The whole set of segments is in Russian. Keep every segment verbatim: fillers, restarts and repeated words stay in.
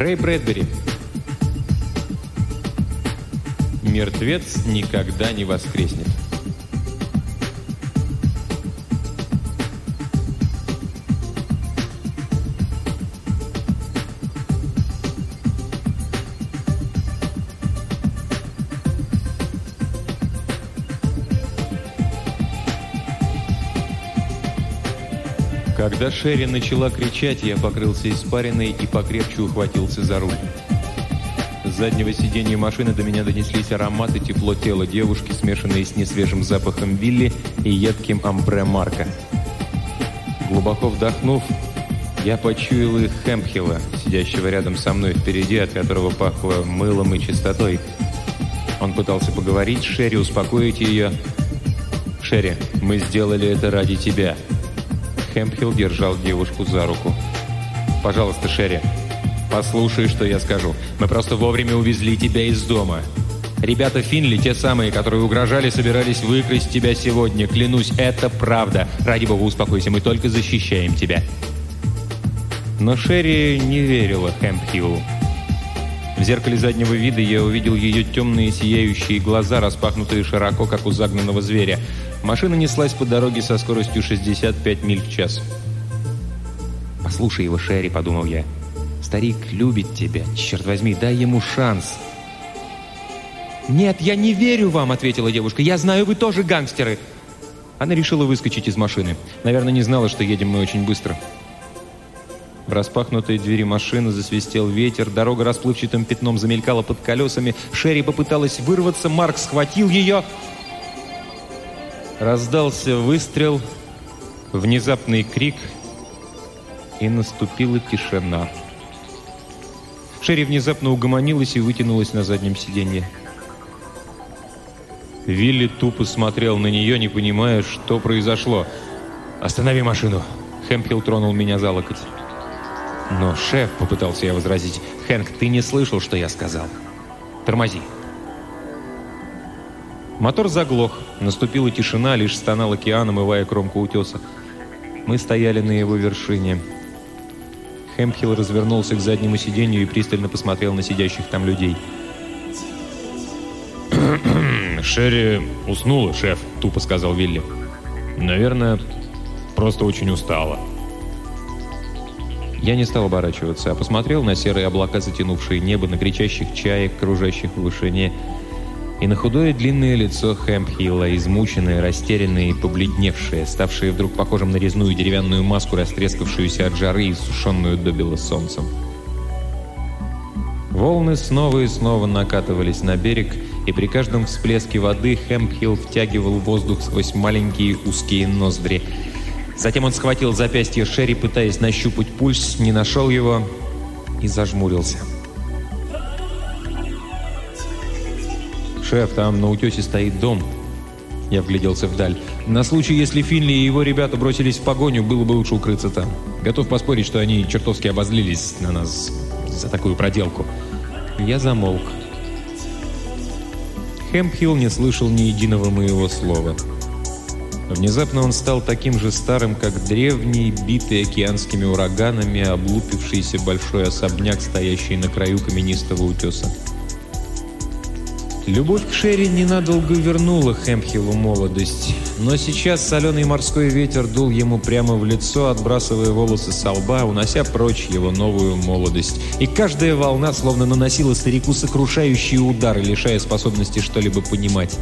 Рэй Брэдбери. Мертвец никогда не воскреснет. Когда Шерри начала кричать, я покрылся испариной и покрепче ухватился за руль. С заднего сиденья машины до меня донеслись ароматы, тепло тела девушки, смешанные с несвежим запахом Вилли и едким амбре Марка. Глубоко вдохнув, я почуял их Хэмпхилла, сидящего рядом со мной впереди, от которого пахло мылом и чистотой. Он пытался поговорить с Шерри, успокоить ее. «Шерри, мы сделали это ради тебя». Хэмпхилл держал девушку за руку. «Пожалуйста, Шерри, послушай, что я скажу. Мы просто вовремя увезли тебя из дома. Ребята Финли, те самые, которые угрожали, собирались выкрасть тебя сегодня. Клянусь, это правда. Ради бога, успокойся, мы только защищаем тебя». Но Шерри не верила Хэмпхиллу. В зеркале заднего вида я увидел ее темные сияющие глаза, распахнутые широко, как у загнанного зверя. Машина неслась по дороге со скоростью шестьдесят пять миль в час. «Послушай его, Шерри», — подумал я. «Старик любит тебя. Черт возьми, дай ему шанс». «Нет, я не верю вам», — ответила девушка. «Я знаю, вы тоже гангстеры». Она решила выскочить из машины. Наверное, не знала, что едем мы очень быстро. В распахнутой двери машины засвистел ветер, дорога расплывчатым пятном замелькала под колесами. Шерри попыталась вырваться, Марк схватил ее. Раздался выстрел, внезапный крик, и наступила тишина. Шерри внезапно угомонилась и вытянулась на заднем сиденье. Вилли тупо смотрел на нее, не понимая, что произошло. «Останови машину!» Хэмпхилл тронул меня за локоть. «Но, шеф», — попытался я возразить, — «Хэнк, ты не слышал, что я сказал. Тормози». Мотор заглох. Наступила тишина, лишь стонал океан, омывая кромку утеса. Мы стояли на его вершине. Хэмпхилл развернулся к заднему сиденью и пристально посмотрел на сидящих там людей. «Шерри уснула, шеф», — тупо сказал Вилли. «Наверное, просто очень устала». Я не стал оборачиваться, а посмотрел на серые облака, затянувшие небо, на кричащих чаек, кружащих в вышине, и на худое длинное лицо Хэмпхилла, измученное, растерянное и побледневшее, ставшее вдруг похожим на резную деревянную маску, растрескавшуюся от жары и сушеную до бела солнцем. Волны снова и снова накатывались на берег, и при каждом всплеске воды Хэмпхилл втягивал воздух сквозь маленькие узкие ноздри. Затем он схватил запястье Шерри, пытаясь нащупать пульс, не нашел его и зажмурился. «Шеф, там на утесе стоит дом». Я вгляделся вдаль. «На случай, если Финли и его ребята бросились в погоню, было бы лучше укрыться там. Готов поспорить, что они чертовски обозлились на нас за такую проделку». Я замолк. Хэмпхилл не слышал ни единого моего слова. Внезапно он стал таким же старым, как древний, битый океанскими ураганами, облупившийся большой особняк, стоящий на краю каменистого утеса. Любовь к Шерри ненадолго вернула Хэмпхиллу молодость, но сейчас соленый морской ветер дул ему прямо в лицо, отбрасывая волосы со лба, унося прочь его новую молодость. И каждая волна словно наносила старику сокрушающие удары, лишая способности что-либо понимать.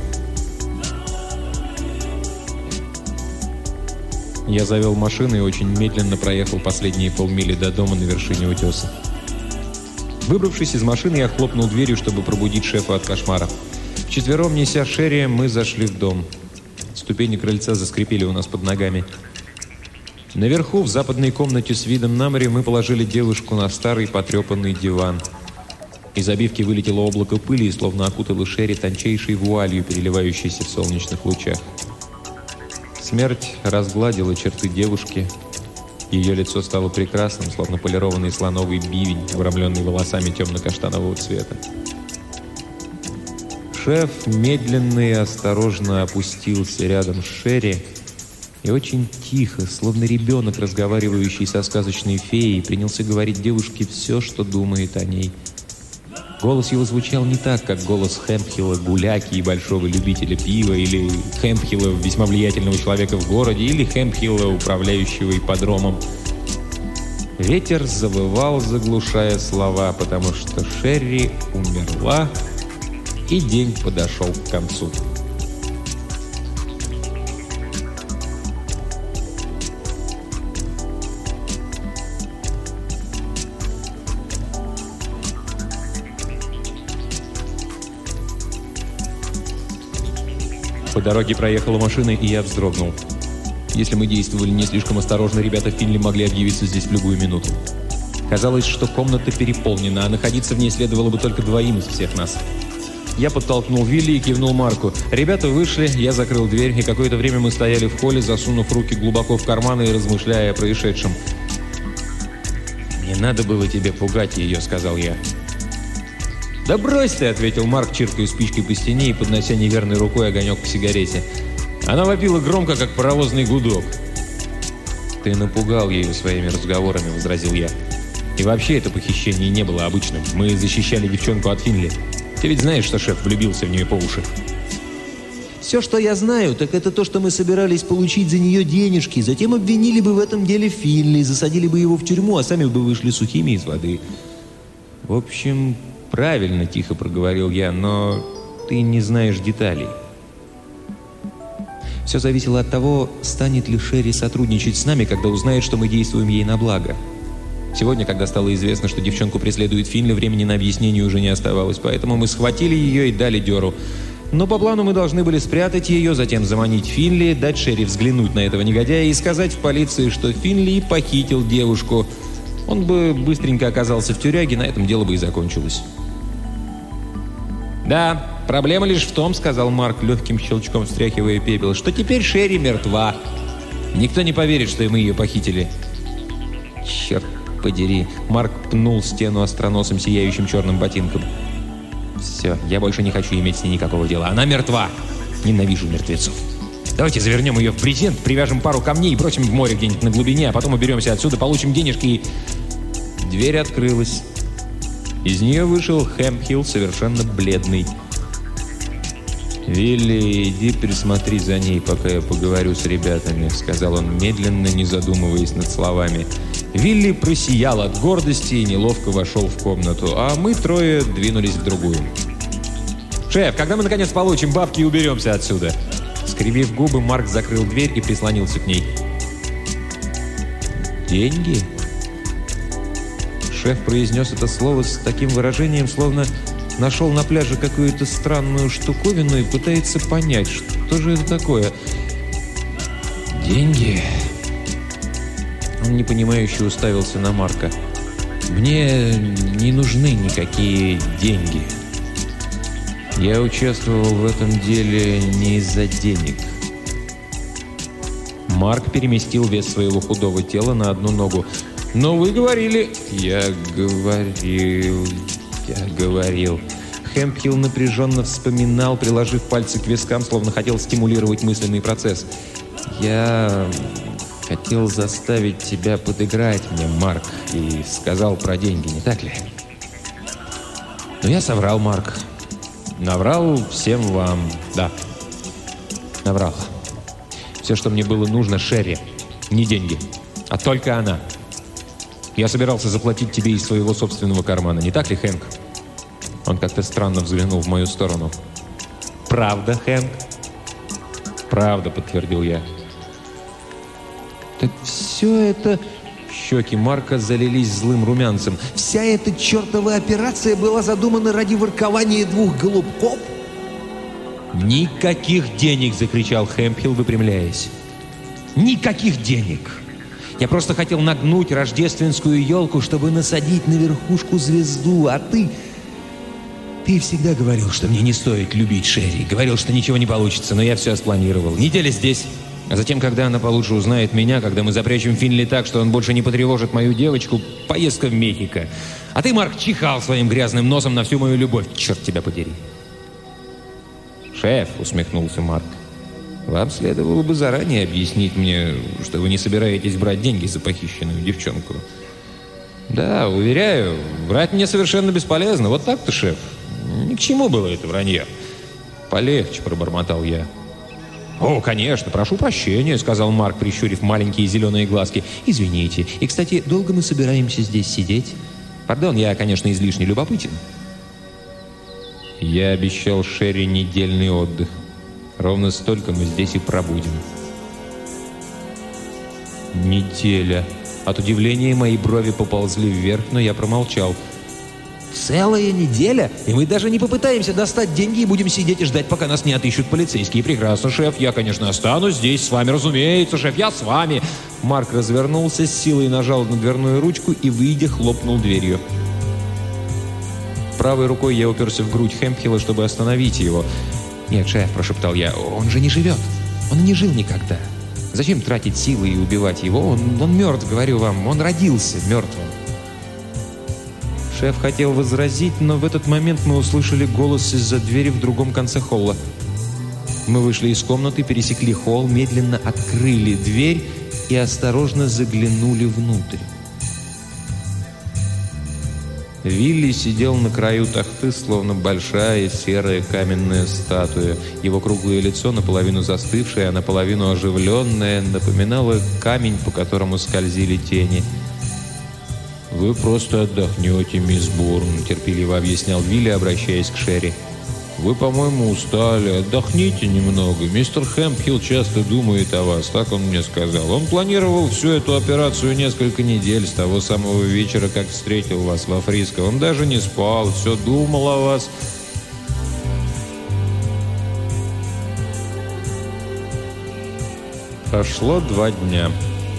Я завел машину и очень медленно проехал последние полмили до дома на вершине утеса. Выбравшись из машины, я хлопнул дверью, чтобы пробудить шефа от кошмара. Вчетвером, неся Шерри, мы зашли в дом. Ступени крыльца заскрипели у нас под ногами. Наверху, в западной комнате с видом на море, мы положили девушку на старый потрепанный диван. Из обивки вылетело облако пыли и словно окутало Шерри тончайшей вуалью, переливающейся в солнечных лучах. Смерть разгладила черты девушки. Ее лицо стало прекрасным, словно полированный слоновый бивень, обрамленный волосами темно-каштанового цвета. Шеф медленно и осторожно опустился рядом с Шерри И очень тихо, словно ребенок, разговаривающий со сказочной феей, принялся говорить девушке все, что думает о ней. Голос его звучал не так, как голос Хэмпхилла, гуляки и большого любителя пива, или Хэмпхилла, весьма влиятельного человека в городе, или Хэмпхилла, управляющего ипподромом. Ветер завывал, заглушая слова, потому что Шерри умерла, и день подошел к концу. По дороге проехала машина, и я вздрогнул. Если мы действовали не слишком осторожно, ребята Финли могли объявиться здесь в любую минуту. Казалось, что комната переполнена, а находиться в ней следовало бы только двоим из всех нас. Я подтолкнул Вилли и кивнул Марку. Ребята вышли, я закрыл дверь, и какое-то время мы стояли в холле, засунув руки глубоко в карманы и размышляя о происшедшем. «Не надо было тебе пугать ее», — сказал я. «Да брось ты!» — ответил Марк, чиркая спичкой по стене и поднося неверной рукой огонек к сигарете. Она вопила громко, как паровозный гудок. «Ты напугал ее своими разговорами», — возразил я. «И вообще это похищение не было обычным. Мы защищали девчонку от Финли. Ты ведь знаешь, что шеф влюбился в нее по уши?» «Все, что я знаю, так это то, что мы собирались получить за нее денежки. Затем обвинили бы в этом деле Финли, засадили бы его в тюрьму, а сами бы вышли сухими из воды». «В общем, правильно», — тихо проговорил я, — «но ты не знаешь деталей». Все зависело от того, станет ли Шерри сотрудничать с нами, когда узнает, что мы действуем ей на благо. Сегодня, когда стало известно, что девчонку преследует Финли, времени на объяснение уже не оставалось, поэтому мы схватили ее и дали дёру. Но по плану мы должны были спрятать ее, затем заманить Финли, дать Шерри взглянуть на этого негодяя и сказать в полиции, что Финли похитил девушку. Он бы быстренько оказался в тюряге, на этом дело бы и закончилось. «Да, проблема лишь в том, — сказал Марк, легким щелчком встряхивая пепел, — что теперь Шерри мертва. Никто не поверит, что мы ее похитили». «Черт подери!» — Марк пнул стену остроносым сияющим черным ботинком. «Все, я больше не хочу иметь с ней никакого дела. Она мертва. Ненавижу мертвецов. Давайте завернем ее в брезент, привяжем пару камней и бросим в море где-нибудь на глубине, а потом уберемся отсюда, получим денежки и...» Дверь открылась. Из нее вышел Хэмпхилл, совершенно бледный. «Вилли, иди присмотри за ней, пока я поговорю с ребятами», — сказал он медленно, не задумываясь над словами. Вилли просиял от гордости и неловко вошел в комнату, а мы трое двинулись в другую. «Шеф, когда мы наконец получим бабки и уберемся отсюда?» Скривив губы, Марк закрыл дверь и прислонился к ней. «Деньги?» Шеф произнес это слово с таким выражением, словно нашел на пляже какую-то странную штуковину и пытается понять, что же это такое. «Деньги?» Он непонимающе уставился на Марка. «Мне не нужны никакие деньги. Я участвовал в этом деле не из-за денег». Марк переместил вес своего худого тела на одну ногу. «Но вы говорили...» «Я говорил... Я говорил...» Хэмпхилл напряженно вспоминал, приложив пальцы к вискам, словно хотел стимулировать мысленный процесс. «Я хотел заставить тебя подыграть мне, Марк, и сказал про деньги, не так ли?» «Но я соврал, Марк. Наврал всем вам. Да, наврал. Все, что мне было нужно, Шерри. Не деньги, а только она. Я собирался заплатить тебе из своего собственного кармана. Не так ли, Хэнк?» Он как-то странно взглянул в мою сторону. «Правда, Хэнк?» «Правда», — подтвердил я. «Так все это...» Щеки Марка залились злым румянцем. «Вся эта чертова операция была задумана ради воркования двух голубков?» «Никаких денег!» — закричал Хэмпхилл, выпрямляясь. «Никаких денег! Я просто хотел нагнуть рождественскую елку, чтобы насадить на верхушку звезду, а ты... Ты всегда говорил, что мне не стоит любить Шерри. Говорил, что ничего не получится, но я все спланировал. Неделя здесь, а затем, когда она получше узнает меня, когда мы запрячем Финли так, что он больше не потревожит мою девочку, поездка в Мехико. А ты, Марк, чихал своим грязным носом на всю мою любовь. Черт тебя подери!» «Шеф», — усмехнулся Марк, — Вам следовало бы заранее объяснить мне, что вы не собираетесь брать деньги за похищенную девчонку. Да, уверяю, врать мне совершенно бесполезно. Вот так-то, шеф. Ни к чему было это вранье. Полегче, пробормотал я. «О, конечно, прошу прощения», — сказал Марк, прищурив маленькие зеленые глазки. «Извините. И, кстати, долго мы собираемся здесь сидеть? Пардон, я, конечно, излишне любопытен». Я обещал Шерри недельный отдых. Ровно столько мы здесь и пробудем. Неделя. От удивления мои брови поползли вверх, но я промолчал. «Целая неделя? И мы даже не попытаемся достать деньги и будем сидеть и ждать, пока нас не отыщут полицейские. Прекрасно, шеф. Я, конечно, останусь здесь с вами. Разумеется, шеф, я с вами». Марк развернулся, с силой нажал на дверную ручку и, выйдя, хлопнул дверью. Правой рукой я уперся в грудь Хэмпхилла, чтобы остановить его. «Нет, шеф», – прошептал я, – «он же не живет. Он не жил никогда. Зачем тратить силы и убивать его? Он, он мертв, говорю вам. Он родился мертвым». Шеф хотел возразить, но в этот момент мы услышали голос из-за двери в другом конце холла. Мы вышли из комнаты, пересекли холл, медленно открыли дверь и осторожно заглянули внутрь. Вилли сидел на краю тахты, словно большая серая каменная статуя. Его круглое лицо, наполовину застывшее, а наполовину оживленное, напоминало камень, по которому скользили тени. «Вы просто отдохнете, мисс Бурн», — терпеливо объяснял Вилли, обращаясь к Шерри. «Вы, по-моему, устали. Отдохните немного. Мистер Хэмпхилл часто думает о вас, так он мне сказал. Он планировал всю эту операцию несколько недель, с того самого вечера, как встретил вас во Фриско. Он даже не спал, все думал о вас». Прошло два дня.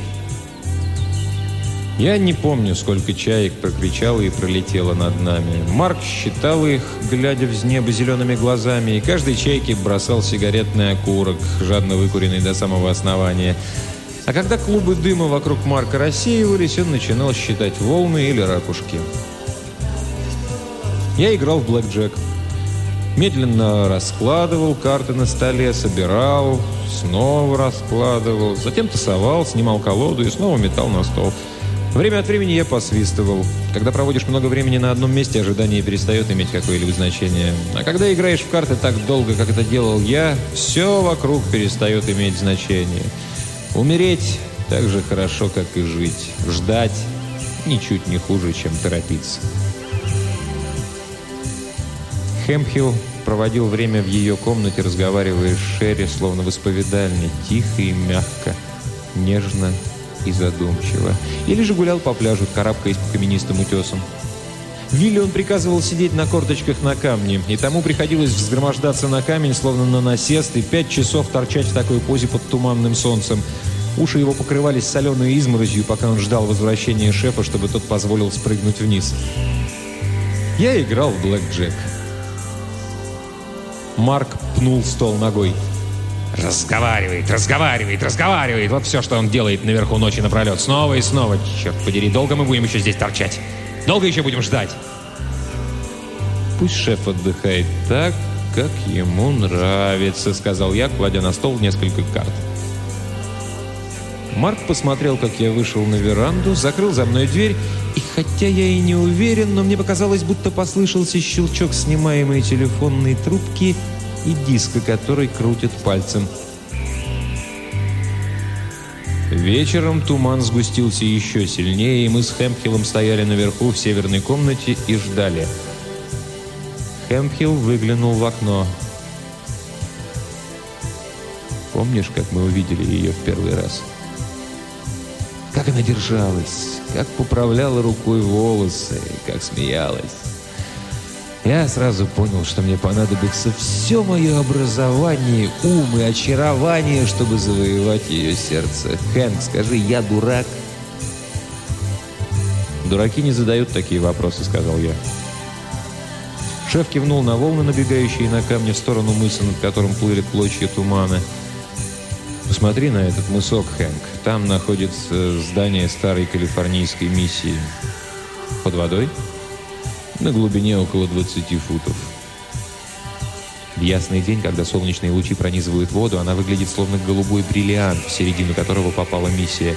Я не помню, сколько чаек прокричало и пролетело над нами. Марк считал их, глядя в небо зелеными глазами, и каждой чайке бросал сигаретный окурок, жадно выкуренный до самого основания. А когда клубы дыма вокруг Марка рассеивались, он начинал считать волны или ракушки. Я играл в блэкджек. Медленно раскладывал карты на столе, собирал, снова раскладывал, затем тасовал, снимал колоду и снова метал на стол. Время от времени я посвистывал. Когда проводишь много времени на одном месте, ожидание перестает иметь какое-либо значение. А когда играешь в карты так долго, как это делал я, все вокруг перестает иметь значение. Умереть так же хорошо, как и жить. Ждать ничуть не хуже, чем торопиться. Хэмпхилл проводил время в ее комнате, разговаривая с Шерри, словно в исповедальне, тихо и мягко, нежно и задумчиво. Или же гулял по пляжу, карабкаясь по каменистым утесам. Вилли он приказывал сидеть на корточках на камне, и тому приходилось взгромождаться на камень, словно на насест, и пять часов торчать в такой позе под туманным солнцем. Уши его покрывались соленой изморозью, пока он ждал возвращения шефа, чтобы тот позволил спрыгнуть вниз. Я играл в блэкджек. Марк пнул стол ногой. «Разговаривает, разговаривает, разговаривает. Вот все, что он делает наверху ночи напролет. Снова и снова. Черт подери, долго мы будем еще здесь торчать? Долго еще будем ждать?» «Пусть шеф отдыхает так, как ему нравится», — сказал я, кладя на стол несколько карт. Марк посмотрел, как я вышел на веранду, закрыл за мной дверь, и хотя я и не уверен, но мне показалось, будто послышался щелчок снимаемой телефонной трубки и диска, который крутит пальцем. Вечером туман сгустился еще сильнее, и мы с Хэмпхиллом стояли наверху в северной комнате и ждали. Хэмпхилл выглянул в окно. «Помнишь, как мы увидели ее в первый раз? Как она держалась, как поправляла рукой волосы, как смеялась. Я сразу понял, что мне понадобится все мое образование, ум и очарование, чтобы завоевать ее сердце. Хэнк, скажи, я дурак?» «Дураки не задают такие вопросы», — сказал я. Шеф кивнул на волны, набегающие на камни в сторону мыса, над которым плыли клочья тумана. «Посмотри на этот мысок, Хэнк. Там находится здание старой калифорнийской миссии. Под водой? На глубине около двадцати футов. В ясный день, когда солнечные лучи пронизывают воду, она выглядит словно голубой бриллиант, в середину которого попала миссия.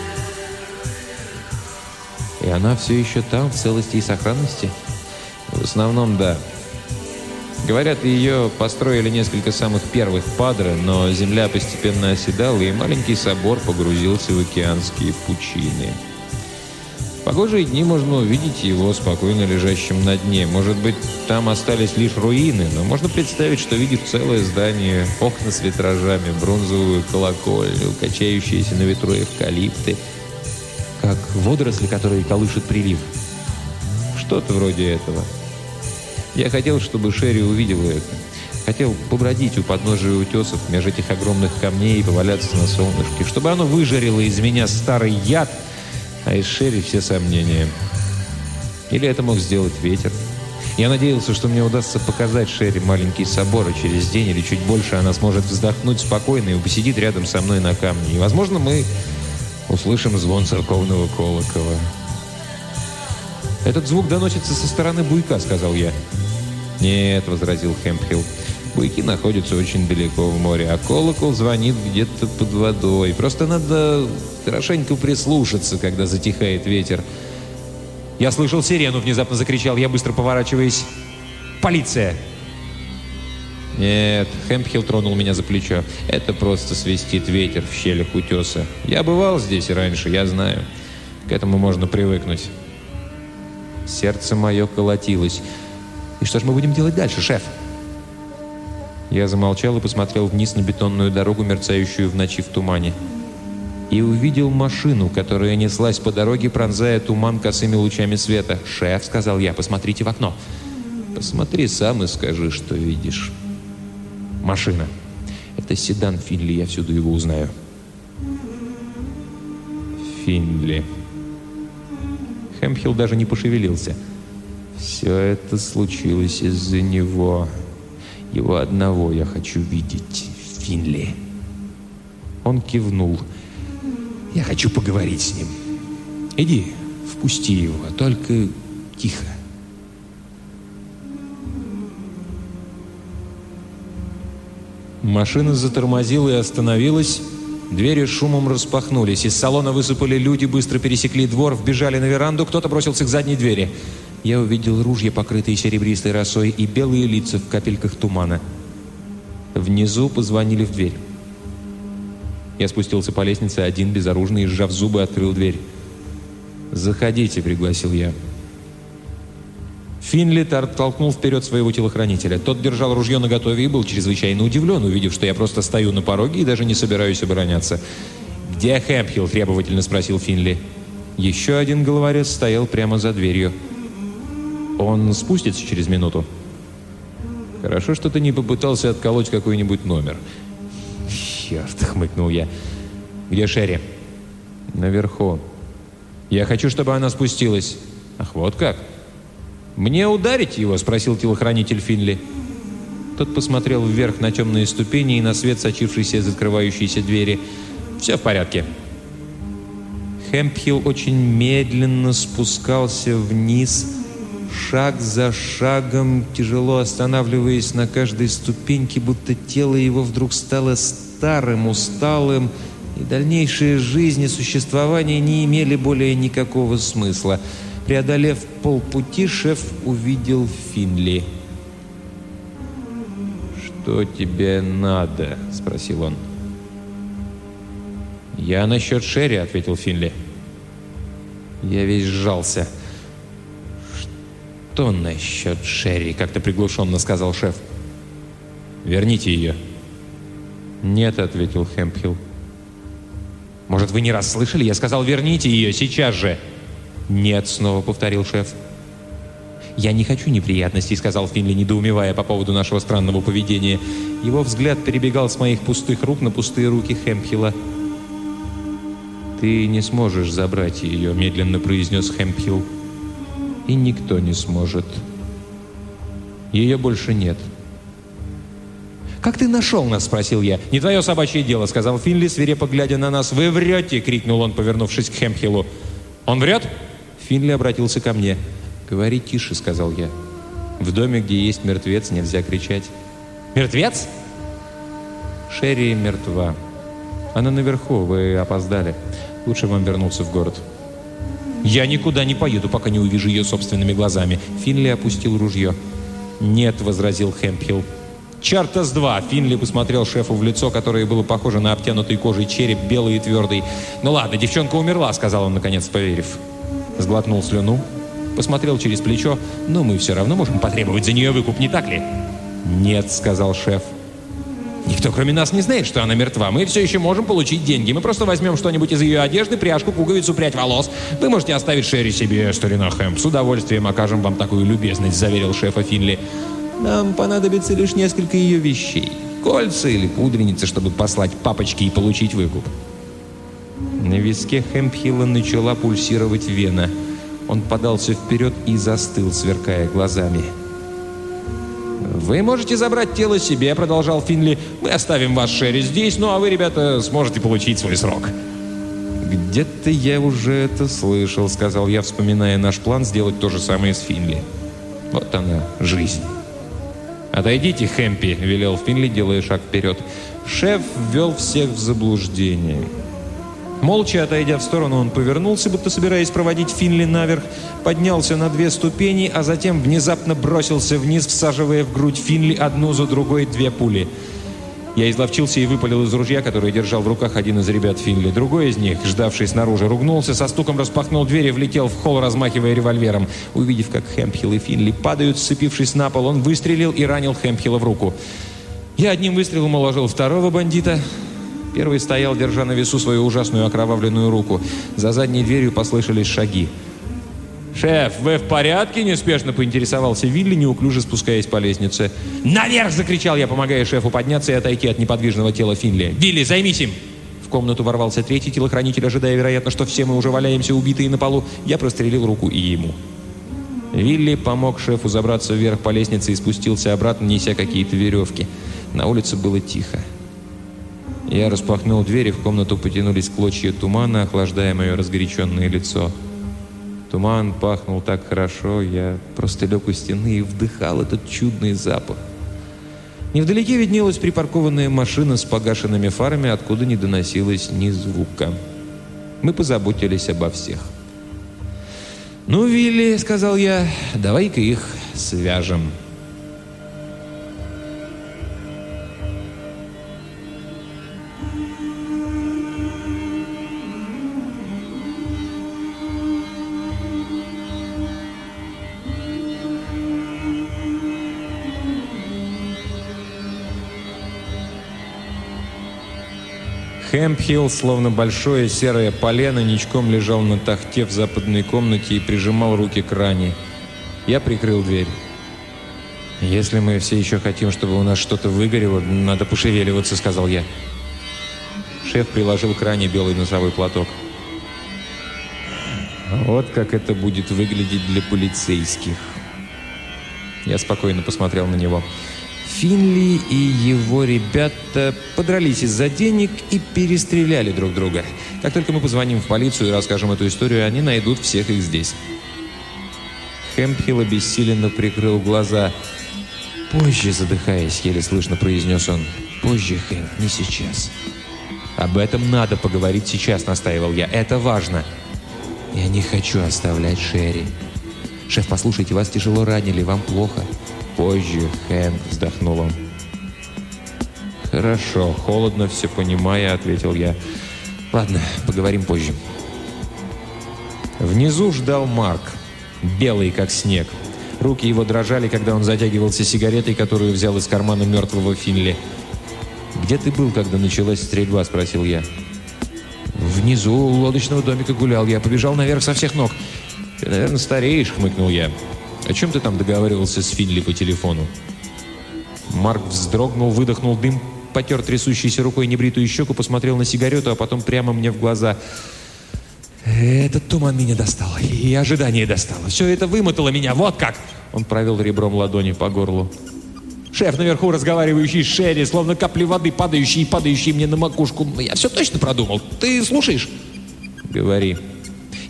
И она все еще там, в целости и сохранности? В основном, да. Говорят, ее построили несколько самых первых падре, но земля постепенно оседала, и маленький собор погрузился в океанские пучины. В погожие дни можно увидеть его спокойно лежащим на дне. Может быть, там остались лишь руины, но можно представить, что видит целое здание, окна с витражами, бронзовую колокольню, качающиеся на ветру эвкалипты, как водоросли, которые колышет прилив. Что-то вроде этого. Я хотел, чтобы Шерри увидела это. Хотел побродить у подножия утесов между этих огромных камней и поваляться на солнышке, чтобы оно выжарило из меня старый яд, а из Шерри все сомнения. Или это мог сделать ветер. Я надеялся, что мне удастся показать Шерри маленький собор, и через день или чуть больше она сможет вздохнуть спокойно и посидит рядом со мной на камне. И, возможно, мы услышим звон церковного колокола. «Этот звук доносится со стороны буйка», — сказал я. «Нет», — возразил Хэмпхилл. «Буйки находятся очень далеко в море, а колокол звонит где-то под водой. Просто надо хорошенько прислушаться, когда затихает ветер». «Я слышал сирену», — внезапно закричал я, быстро поворачиваясь. «Полиция!» «Нет», — Хэмпхилл тронул меня за плечо. «Это просто свистит ветер в щелях утеса. Я бывал здесь и раньше, я знаю. К этому можно привыкнуть». Сердце мое колотилось. «И что же мы будем делать дальше, шеф?» Я замолчал и посмотрел вниз на бетонную дорогу, мерцающую в ночи в тумане. И увидел машину, которая неслась по дороге, пронзая туман косыми лучами света. «Шеф», — сказал я, — «посмотрите в окно». «Посмотри сам и скажи, что видишь». Машина. Это седан Финли, я всюду его узнаю. Финли. Хэмпхилл даже не пошевелился. Все это случилось из-за него. Его одного я хочу видеть. Финли. Он кивнул. Я хочу поговорить с ним. Иди, впусти его, только тихо. Машина затормозила и остановилась. Двери шумом распахнулись. Из салона высыпали люди, быстро пересекли двор, вбежали на веранду. Кто-то бросился к задней двери. Я увидел ружья, покрытые серебристой росой, и белые лица в капельках тумана. Внизу позвонили в дверь. Я спустился по лестнице один, безоружный, и, сжав зубы, открыл дверь. «Заходите», — пригласил я. Финли толкнул вперед своего телохранителя. Тот держал ружье наготове и был чрезвычайно удивлен, увидев, что я просто стою на пороге и даже не собираюсь обороняться. «Где Хэмпхилл?» — требовательно спросил Финли. Еще один головорез стоял прямо за дверью. «Он спустится через минуту». «Хорошо, что ты не попытался отколоть какой-нибудь номер». «Черт!» — хмыкнул я. «Где Шерри?» «Наверху». «Я хочу, чтобы она спустилась». «Ах, вот как?» «Мне ударить его?» — спросил телохранитель Финли. Тот посмотрел вверх на темные ступени и на свет, сочившийся из открывающейся двери. «Все в порядке». Хэмпхилл очень медленно спускался вниз, шаг за шагом, тяжело останавливаясь на каждой ступеньке, будто тело его вдруг стало старым, усталым, и дальнейшие жизни существования не имели более никакого смысла. Преодолев полпути, шеф увидел Финли. «Что тебе надо?» — спросил он. «Я насчет Шерри», — ответил Финли. Я весь сжался. «Что насчет Шерри?» — как-то приглушенно сказал шеф. «Верните ее». «Нет», — ответил Хэмпхилл. «Может, вы не раз слышали? Я сказал, верните ее сейчас же». «Нет», — снова повторил шеф. «Я не хочу неприятностей», — сказал Финли, недоумевая по поводу нашего странного поведения. Его взгляд перебегал с моих пустых рук на пустые руки Хэмпхилла. «Ты не сможешь забрать ее», — медленно произнес Хэмпхилл. «И никто не сможет. Ее больше нет». «Как ты нашел нас?» — спросил я. «Не твое собачье дело», — сказал Финли, свирепо глядя на нас. «Вы врете!» — крикнул он, повернувшись к Хэмпхиллу. «Он врет?» Финли обратился ко мне. «Говори тише», — сказал я. «В доме, где есть мертвец, нельзя кричать». Мертвец? Шерри мертва. Она наверху, вы опоздали. Лучше вам вернуться в город. Я никуда не поеду, пока не увижу ее собственными глазами. Финли опустил ружье. Нет, возразил Хэмпхилл. Чарта с два. Финли посмотрел шефу в лицо, которое было похоже на обтянутый кожей череп, белый и твердый. Ну ладно, девчонка умерла, сказал он, наконец поверив. Сглотнул слюну, посмотрел через плечо. Но мы все равно можем потребовать за нее выкуп, не так ли? Нет, сказал шеф. Никто, кроме нас, не знает, что она мертва. Мы все еще можем получить деньги. Мы просто возьмем что-нибудь из ее одежды, пряжку, пуговицу, прядь волос. Вы можете оставить Шерри себе, старина Хэм. С удовольствием окажем вам такую любезность, заверил шефа Финли. Нам понадобится лишь несколько ее вещей. Кольца или пудреницы, чтобы послать папочке и получить выкуп. На виске Хэмпхилла начала пульсировать вена. Он подался вперед и застыл, сверкая глазами. «Вы можете забрать тело себе», — продолжал Финли. «Мы оставим вас, Шерри, здесь, ну а вы, ребята, сможете получить свой срок». «Где-то я уже это слышал», — сказал я, вспоминая наш план сделать то же самое с Финли. «Вот она, жизнь». «Отойдите, Хэмпи», — велел Финли, делая шаг вперед. Шеф ввел всех в заблуждение. Молча отойдя в сторону, он повернулся, будто собираясь проводить Финли наверх, поднялся на две ступени, а затем внезапно бросился вниз, всаживая в грудь Финли одну за другой две пули. Я изловчился и выпалил из ружья, которое держал в руках один из ребят Финли. Другой из них, ждавший снаружи, ругнулся, со стуком распахнул дверь и влетел в холл, размахивая револьвером. Увидев, как Хэмпхилл и Финли падают, сцепившись на пол, он выстрелил и ранил Хэмпхилла в руку. Я одним выстрелом уложил второго бандита. Первый стоял, держа на весу свою ужасную окровавленную руку. За задней дверью послышались шаги. «Шеф, вы в порядке?» – неспешно поинтересовался Вилли, неуклюже спускаясь по лестнице. «Наверх!» – закричал я, помогая шефу подняться и отойти от неподвижного тела Финли. «Вилли, займись им!» В комнату ворвался третий телохранитель, ожидая, вероятно, что все мы уже валяемся убитые на полу. Я прострелил руку и ему. Вилли помог шефу забраться вверх по лестнице и спустился обратно, неся какие-то веревки. На улице было тихо. Я распахнул дверь, и в комнату потянулись клочья тумана, охлаждая мое разгоряченное лицо. Туман пахнул так хорошо, я просто лег у стены и вдыхал этот чудный запах. Невдалеке виднелась припаркованная машина с погашенными фарами, откуда не доносилось ни звука. Мы позаботились обо всех. «Ну, Вилли, — сказал я, — давай-ка их свяжем». Хэмпхилл, словно большое серое полено, ничком лежал на тахте в западной комнате и прижимал руки к ране. Я прикрыл дверь. «Если мы все еще хотим, чтобы у нас что-то выгорело, надо пошевеливаться», — сказал я. Шеф приложил к ране белый носовой платок. «Вот как это будет выглядеть для полицейских». Я спокойно посмотрел на него. Финли и его ребята подрались из-за денег и перестреляли друг друга. Как только мы позвоним в полицию и расскажем эту историю, они найдут всех их здесь. Хэмпхилл обессиленно прикрыл глаза. «Позже», задыхаясь, еле слышно произнес он. «Позже, Хэмп, не сейчас». «Об этом надо поговорить сейчас», — настаивал я. «Это важно». «Я не хочу оставлять Шерри». «Шеф, послушайте, вас тяжело ранили, вам плохо». «Позже, Хэнк», — вздохнул он. «Хорошо, холодно все понимая», — ответил я. «Ладно, поговорим позже». Внизу ждал Марк, белый как снег. Руки его дрожали, когда он затягивался сигаретой, которую взял из кармана мертвого Финли. «Где ты был, когда началась стрельба?» — спросил я. «Внизу у лодочного домика гулял. Я побежал наверх со всех ног». «Ты, наверное, стареешь», — хмыкнул я. «О чем ты там договаривался с Финли по телефону?» Марк вздрогнул, выдохнул дым, потер трясущейся рукой небритую щеку, посмотрел на сигарету, а потом прямо мне в глаза. «Этот туман меня достал, и ожидание достало. Все это вымотало меня, вот как!» Он провел ребром ладони по горлу. «Шеф наверху, разговаривающий с Шерри, словно капли воды, падающие и падающие мне на макушку. Я все точно продумал. Ты слушаешь?» «Говори».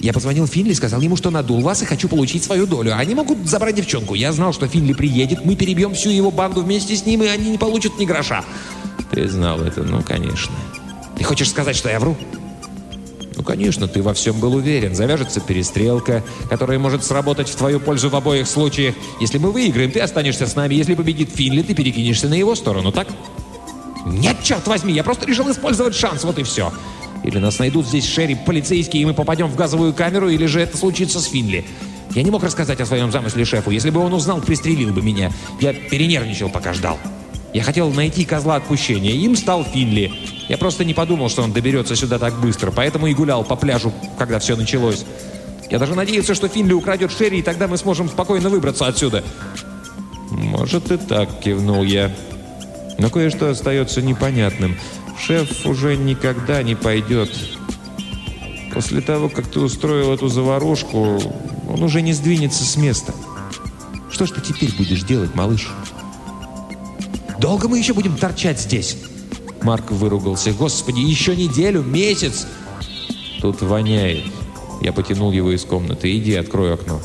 Я позвонил Финли, сказал ему, что надул вас и хочу получить свою долю. Они могут забрать девчонку. Я знал, что Финли приедет, мы перебьем всю его банду вместе с ним, и они не получат ни гроша». «Ты знал это, ну, конечно». «Ты хочешь сказать, что я вру?» «Ну, конечно, ты во всем был уверен. Завяжется перестрелка, которая может сработать в твою пользу в обоих случаях. Если мы выиграем, ты останешься с нами. Если победит Финли, ты перекинешься на его сторону, так?» «Нет, черт возьми, я просто решил использовать шанс, вот и все. Или нас найдут здесь Шерри, полицейские, и мы попадем в газовую камеру, или же это случится с Финли. Я не мог рассказать о своем замысле шефу. Если бы он узнал, пристрелил бы меня. Я перенервничал, пока ждал. Я хотел найти козла отпущения. Им стал Финли. Я просто не подумал, что он доберется сюда так быстро, поэтому и гулял по пляжу, когда все началось. Я даже надеялся, что Финли украдет Шерри, и тогда мы сможем спокойно выбраться отсюда». «Может и так», — кивнул я. «Но кое-что остается непонятным. Шеф уже никогда не пойдет. После того, как ты устроил эту заварушку, он уже не сдвинется с места. Что ж ты теперь будешь делать, малыш?» «Долго мы еще будем торчать здесь?» Марк выругался. «Господи, еще неделю, месяц!» «Тут воняет». Я потянул его из комнаты. «Иди, открой окно».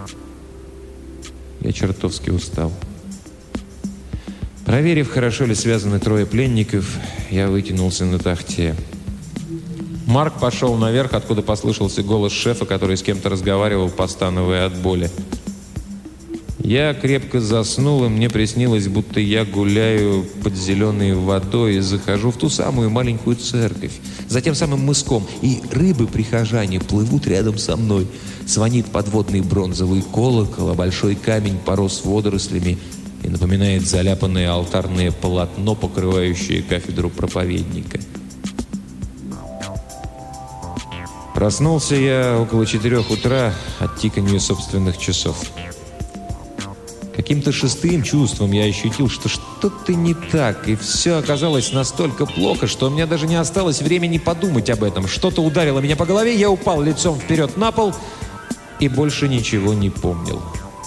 Я чертовски устал. Проверив, хорошо ли связаны трое пленников, я вытянулся на тахте. Марк пошел наверх, откуда послышался голос шефа, который с кем-то разговаривал, постановая от боли. Я крепко заснул, и мне приснилось, будто я гуляю под зеленой водой и захожу в ту самую маленькую церковь, за тем самым мыском, и рыбы-прихожане плывут рядом со мной. Звонит подводный бронзовый колокол, а большой камень порос водорослями и напоминает заляпанное алтарное полотно, покрывающее кафедру проповедника. Проснулся я около четырех утра от тиканья собственных часов. Каким-то шестым чувством я ощутил, что что-то не так, и все оказалось настолько плохо, что у меня даже не осталось времени подумать об этом. Что-то ударило меня по голове, я упал лицом вперед на пол и больше ничего не помнил.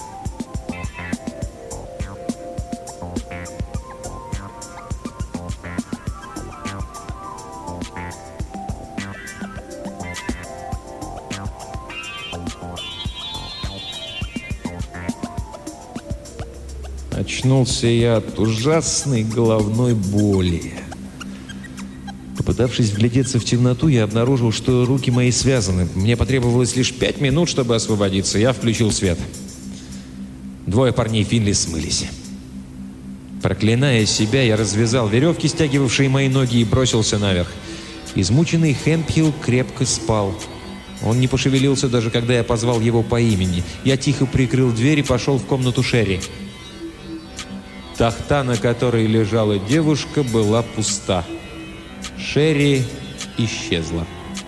Очнулся я от ужасной головной боли. Попытавшись вглядеться в темноту, я обнаружил, что руки мои связаны. Мне потребовалось лишь пять минут, чтобы освободиться. Я включил свет. Двое парней Финли смылись. Проклиная себя, я развязал веревки, стягивавшие мои ноги, и бросился наверх. Измученный Хэмпхилл крепко спал. Он не пошевелился, даже когда я позвал его по имени. Я тихо прикрыл дверь и пошел в комнату Шерри. Тахта, на которой лежала девушка, была пуста. Шерри исчезла.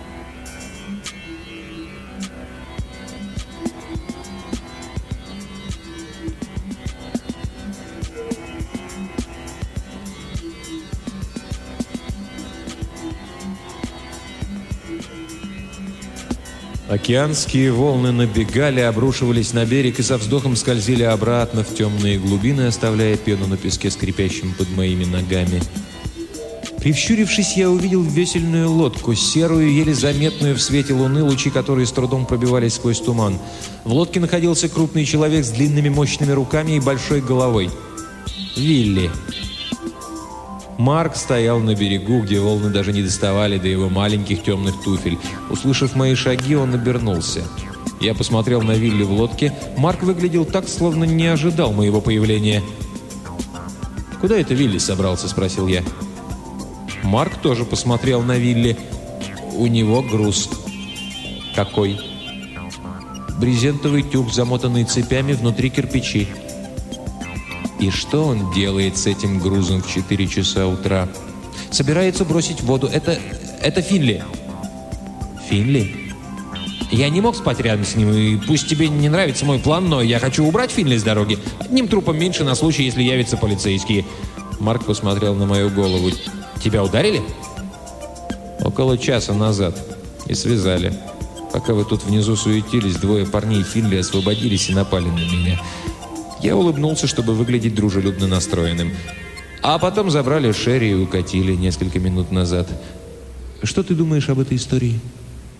Океанские волны набегали, обрушивались на берег и со вздохом скользили обратно в темные глубины, оставляя пену на песке, скрипящем под моими ногами. Прищурившись, я увидел весельную лодку, серую, еле заметную в свете луны, лучи которой с трудом пробивались сквозь туман. В лодке находился крупный человек с длинными мощными руками и большой головой. Вилли. Марк стоял на берегу, где волны даже не доставали до его маленьких темных туфель. Услышав мои шаги, он обернулся. Я посмотрел на Вилли в лодке. Марк выглядел так, словно не ожидал моего появления. «Куда это Вилли собрался?» – спросил я. Марк тоже посмотрел на Вилли. У него груз. «Какой?» «Брезентовый тюк, замотанный цепями, внутри кирпичи». И что он делает с этим грузом в четыре часа утра? Собирается бросить в воду. Это... это Финли. Финли? Я не мог спать рядом с ним, и пусть тебе не нравится мой план, но я хочу убрать Финли с дороги. Одним трупом меньше на случай, если явятся полицейские. Марк посмотрел на мою голову. Тебя ударили? Около часа назад. И связали. Пока вы тут внизу суетились, двое парней Финли освободились и напали на меня. Я улыбнулся, чтобы выглядеть дружелюбно настроенным. А потом забрали Шерри и укатили несколько минут назад. Что ты думаешь об этой истории?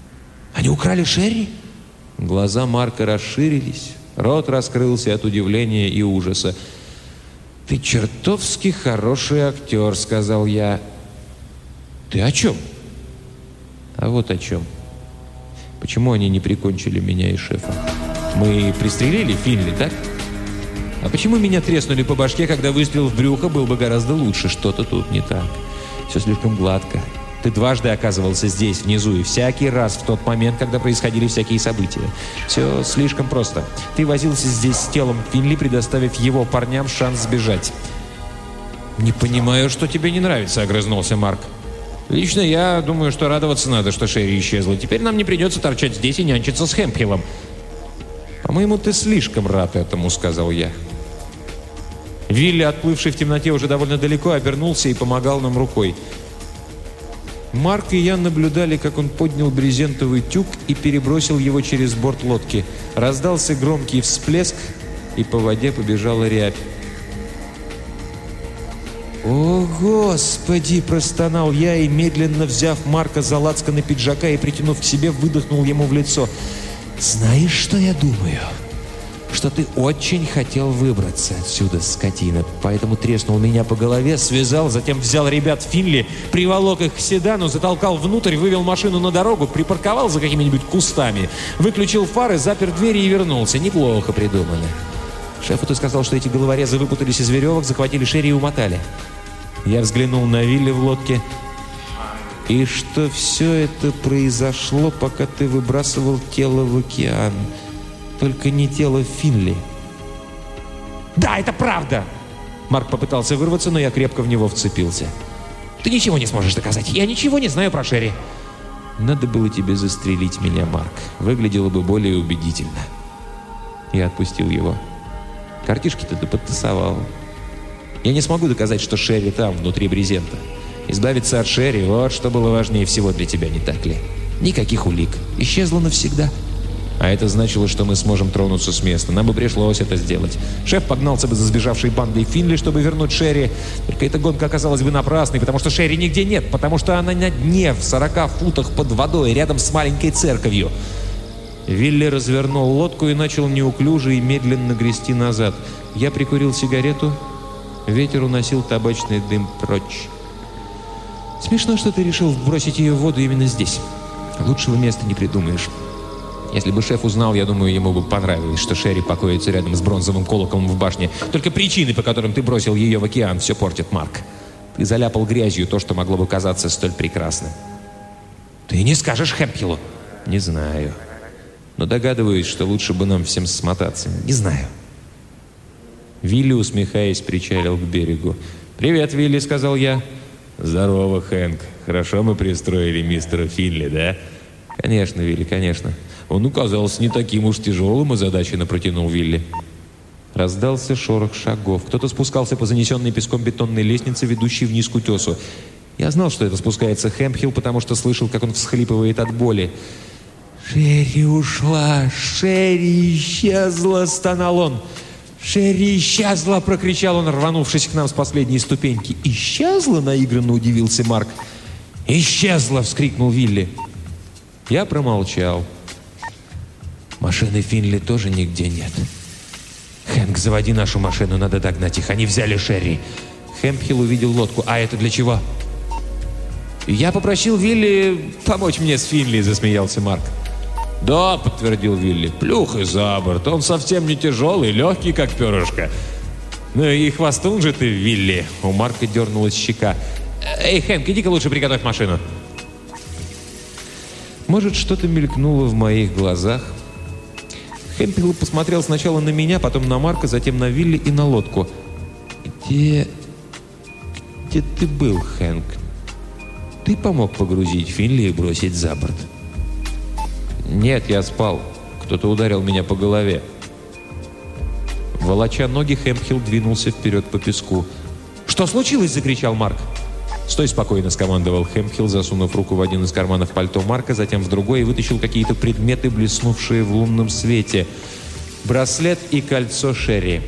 Они украли Шерри? Глаза Марка расширились, рот раскрылся от удивления и ужаса. «Ты чертовски хороший актер», — сказал я. «Ты о чем?» «А вот о чем. Почему они не прикончили меня и шефа? Мы пристрелили Финли, так? А почему меня треснули по башке, когда выстрел в брюхо был бы гораздо лучше? Что-то тут не так. Все слишком гладко. Ты дважды оказывался здесь, внизу, и всякий раз в тот момент, когда происходили всякие события. Все слишком просто. Ты возился здесь с телом Финли, предоставив его парням шанс сбежать». «Не понимаю, что тебе не нравится», — огрызнулся Марк. «Лично я думаю, что радоваться надо, что Шерри исчезла. Теперь нам не придется торчать здесь и нянчиться с Хэмпхиллом». «По-моему, ты слишком рад этому», — сказал я. Вилли, отплывший в темноте уже довольно далеко, обернулся и помогал нам рукой. Марк и я наблюдали, как он поднял брезентовый тюк и перебросил его через борт лодки. Раздался громкий всплеск, и по воде побежала рябь. «О, Господи!» – простонал я и, медленно взяв Марка за лацканы пиджака и притянув к себе, выдохнул ему в лицо. «Знаешь, что я думаю? Что ты очень хотел выбраться отсюда, скотина, поэтому треснул меня по голове, связал, затем взял ребят Финли, приволок их к седану, затолкал внутрь, вывел машину на дорогу, припарковал за какими-нибудь кустами, выключил фары, запер двери и вернулся. Неплохо придумано. Шефу ты сказал, что эти головорезы выпутались из веревок, захватили Шерри и умотали. Я взглянул на Вилли в лодке, и что все это произошло, пока ты выбрасывал тело в океан. Только не тело Финли». «Да, это правда!» Марк попытался вырваться, но я крепко в него вцепился. «Ты ничего не сможешь доказать. Я ничего не знаю про Шерри». «Надо было тебе застрелить меня, Марк. Выглядело бы более убедительно». Я отпустил его. «Картишки-то ты подтасовал. Я не смогу доказать, что Шерри там, внутри брезента. Избавиться от Шерри — вот что было важнее всего для тебя, не так ли? Никаких улик. Исчезла навсегда». А это значило, что мы сможем тронуться с места. Нам бы пришлось это сделать. Шеф погнался бы за сбежавшей бандой Финли, чтобы вернуть Шерри. Только эта гонка оказалась бы напрасной, потому что Шерри нигде нет, потому что она на дне, в сорока футах под водой, рядом с маленькой церковью. Вилли развернул лодку и начал неуклюже и медленно грести назад. Я прикурил сигарету. Ветер уносил табачный дым прочь. «Смешно, что ты решил бросить ее в воду именно здесь. Лучшего места не придумаешь. Если бы шеф узнал, я думаю, ему бы понравилось, что Шерри покоится рядом с бронзовым колоколом в башне. Только причины, по которым ты бросил ее в океан, все портит, Марк. Ты заляпал грязью то, что могло бы казаться столь прекрасным». «Ты не скажешь Хэмпхиллу?» «Не знаю. Но догадываюсь, что лучше бы нам всем смотаться. Не знаю». Вилли, усмехаясь, причалил к берегу. «Привет, Вилли», — сказал я. «Здорово, Хэнк. Хорошо мы пристроили мистера Финли, да?» «Конечно, Вилли, конечно». «Он оказался не таким уж тяжелым», — озадаченно протянул Вилли. Раздался шорох шагов. Кто-то спускался по занесенной песком бетонной лестнице, ведущей вниз к утесу. Я знал, что это спускается Хэмпхилл, потому что слышал, как он всхлипывает от боли. «Шерри ушла! Шерри исчезла!» — стонал он. «Шерри исчезла!» — прокричал он, рванувшись к нам с последней ступеньки. «Исчезла?» — наигранно удивился Марк. «Исчезла!» — вскрикнул Вилли. Я промолчал. «Машины Финли тоже нигде нет. Хэнк, заводи нашу машину, надо догнать их. Они взяли Шерри». Хэмпхилл увидел лодку. «А это для чего?» «Я попросил Вилли помочь мне с Финли», — засмеялся Марк. «Да», — подтвердил Вилли, — «плюхай за борт. Он совсем не тяжелый, легкий, как перышко». «Ну и хвостун же ты, Вилли!» У Марка дернулась щека. «Эй, Хэнк, иди-ка лучше приготовь машину». Может, что-то мелькнуло в моих глазах. Хэмпхилл посмотрел сначала на меня, потом на Марка, затем на Вилли и на лодку. «Где... где ты был, Хэнк? Ты помог погрузить Финли и бросить за борт?» «Нет, я спал. Кто-то ударил меня по голове». Волоча ноги, Хэмпхилл двинулся вперед по песку. «Что случилось?» — закричал Марк. «Стой спокойно», — скомандовал Хэмпхилл, засунув руку в один из карманов пальто Марка, затем в другой, и вытащил какие-то предметы, блеснувшие в лунном свете. Браслет и кольцо Шерри.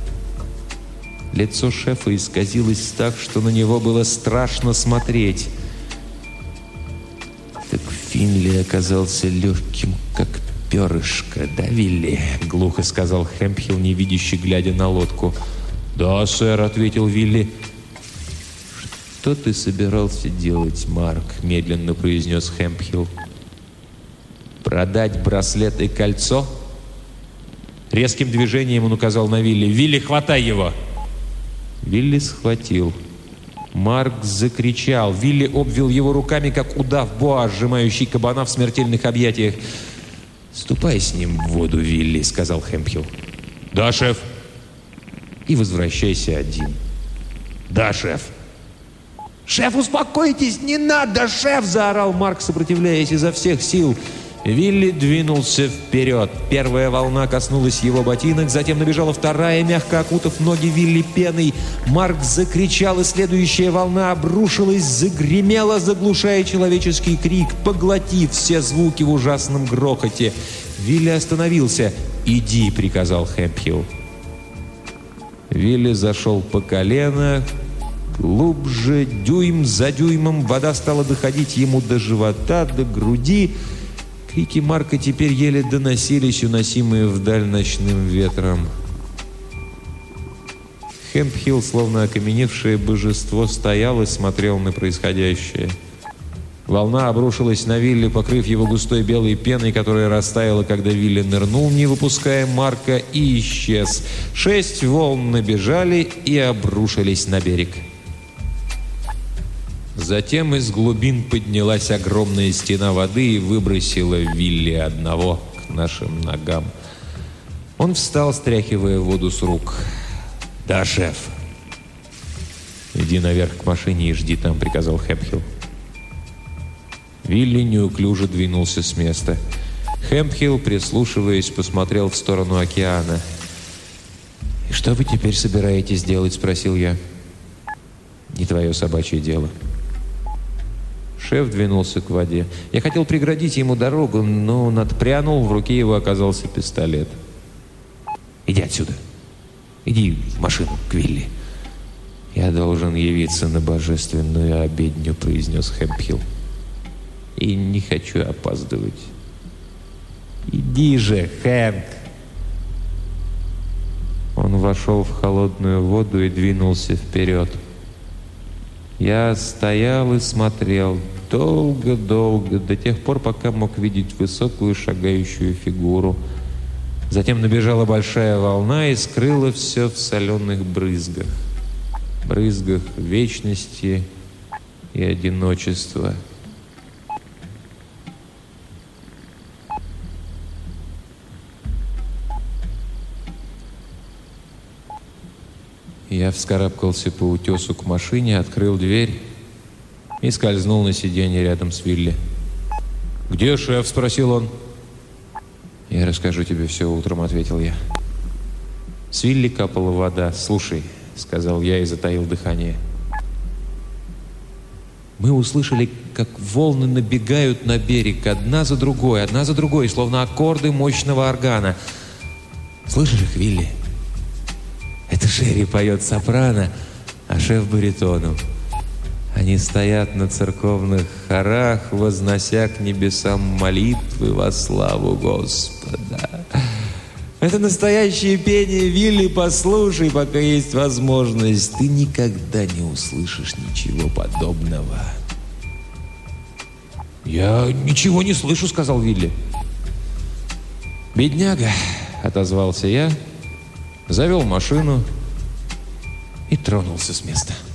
Лицо шефа исказилось так, что на него было страшно смотреть. «Так Финли оказался легким, как перышко, да, Вилли?» — глухо сказал Хэмпхилл, невидящий, глядя на лодку. «Да, сэр», — ответил Вилли. «Что ты собирался делать, Марк?» — медленно произнес Хэмпхилл. «Продать браслет и кольцо?» Резким движением он указал на Вилли. «Вилли, хватай его!» Вилли схватил. Марк закричал. Вилли обвил его руками, как удав Боа, сжимающий кабана в смертельных объятиях. «Ступай с ним в воду, Вилли», — сказал Хэмпхилл. «Да, шеф». «И возвращайся один». «Да, шеф». «Шеф, успокойтесь! Не надо, шеф!» — заорал Марк, сопротивляясь изо всех сил. Вилли двинулся вперед. Первая волна коснулась его ботинок, затем набежала вторая, мягко окутав ноги Вилли пеной. Марк закричал, и следующая волна обрушилась, загремела, заглушая человеческий крик, поглотив все звуки в ужасном грохоте. Вилли остановился. «Иди», — приказал Хэмпхилл. Вилли зашел по колено. Глубже, дюйм за дюймом, вода стала доходить ему до живота, до груди. Крики Марка теперь еле доносились, уносимые вдаль ночным ветром. Хэмпхилл, словно окаменевшее божество, стоял и смотрел на происходящее. Волна обрушилась на Вилли, покрыв его густой белой пеной, которая растаяла, когда Вилли нырнул, не выпуская Марка, и исчез. Шесть волн набежали и обрушились на берег. Затем из глубин поднялась огромная стена воды и выбросила Вилли одного к нашим ногам. Он встал, стряхивая воду с рук. «Да, шеф». «Иди наверх к машине и жди там», — приказал Хэмпхилл. Вилли неуклюже двинулся с места. Хэмпхилл, прислушиваясь, посмотрел в сторону океана. «И что вы теперь собираетесь делать?» — спросил я. «Не твое собачье дело». Шеф двинулся к воде. Я хотел преградить ему дорогу, но он отпрянул, в руке его оказался пистолет. «Иди отсюда. Иди в машину к Вилли». «Я должен явиться на божественную обедню», — произнес Хэмпхилл. «И не хочу опаздывать». «Иди же, Хэнк!» Он вошел в холодную воду и двинулся вперед. Я стоял и смотрел долго-долго, до тех пор, пока мог видеть высокую шагающую фигуру. Затем набежала большая волна и скрыла все в соленых брызгах. Брызгах вечности и одиночества. Я вскарабкался по утесу к машине, открыл дверь и скользнул на сиденье рядом с Вилли. «Где шеф?» — спросил он. «Я расскажу тебе все утром», — ответил я. С Вилли капала вода. «Слушай», — сказал я и затаил дыхание. Мы услышали, как волны набегают на берег, одна за другой, одна за другой, словно аккорды мощного органа. «Слышишь их, Вилли? Это Шерри поет сопрано, а шеф баритоном. Они стоят на церковных хорах, вознося к небесам молитвы во славу Господа. Это настоящее пение, Вилли, послушай, пока есть возможность. Ты никогда не услышишь ничего подобного». «Я ничего не слышу», — сказал Вилли. «Бедняга», — отозвался я, завел машину и тронулся с места.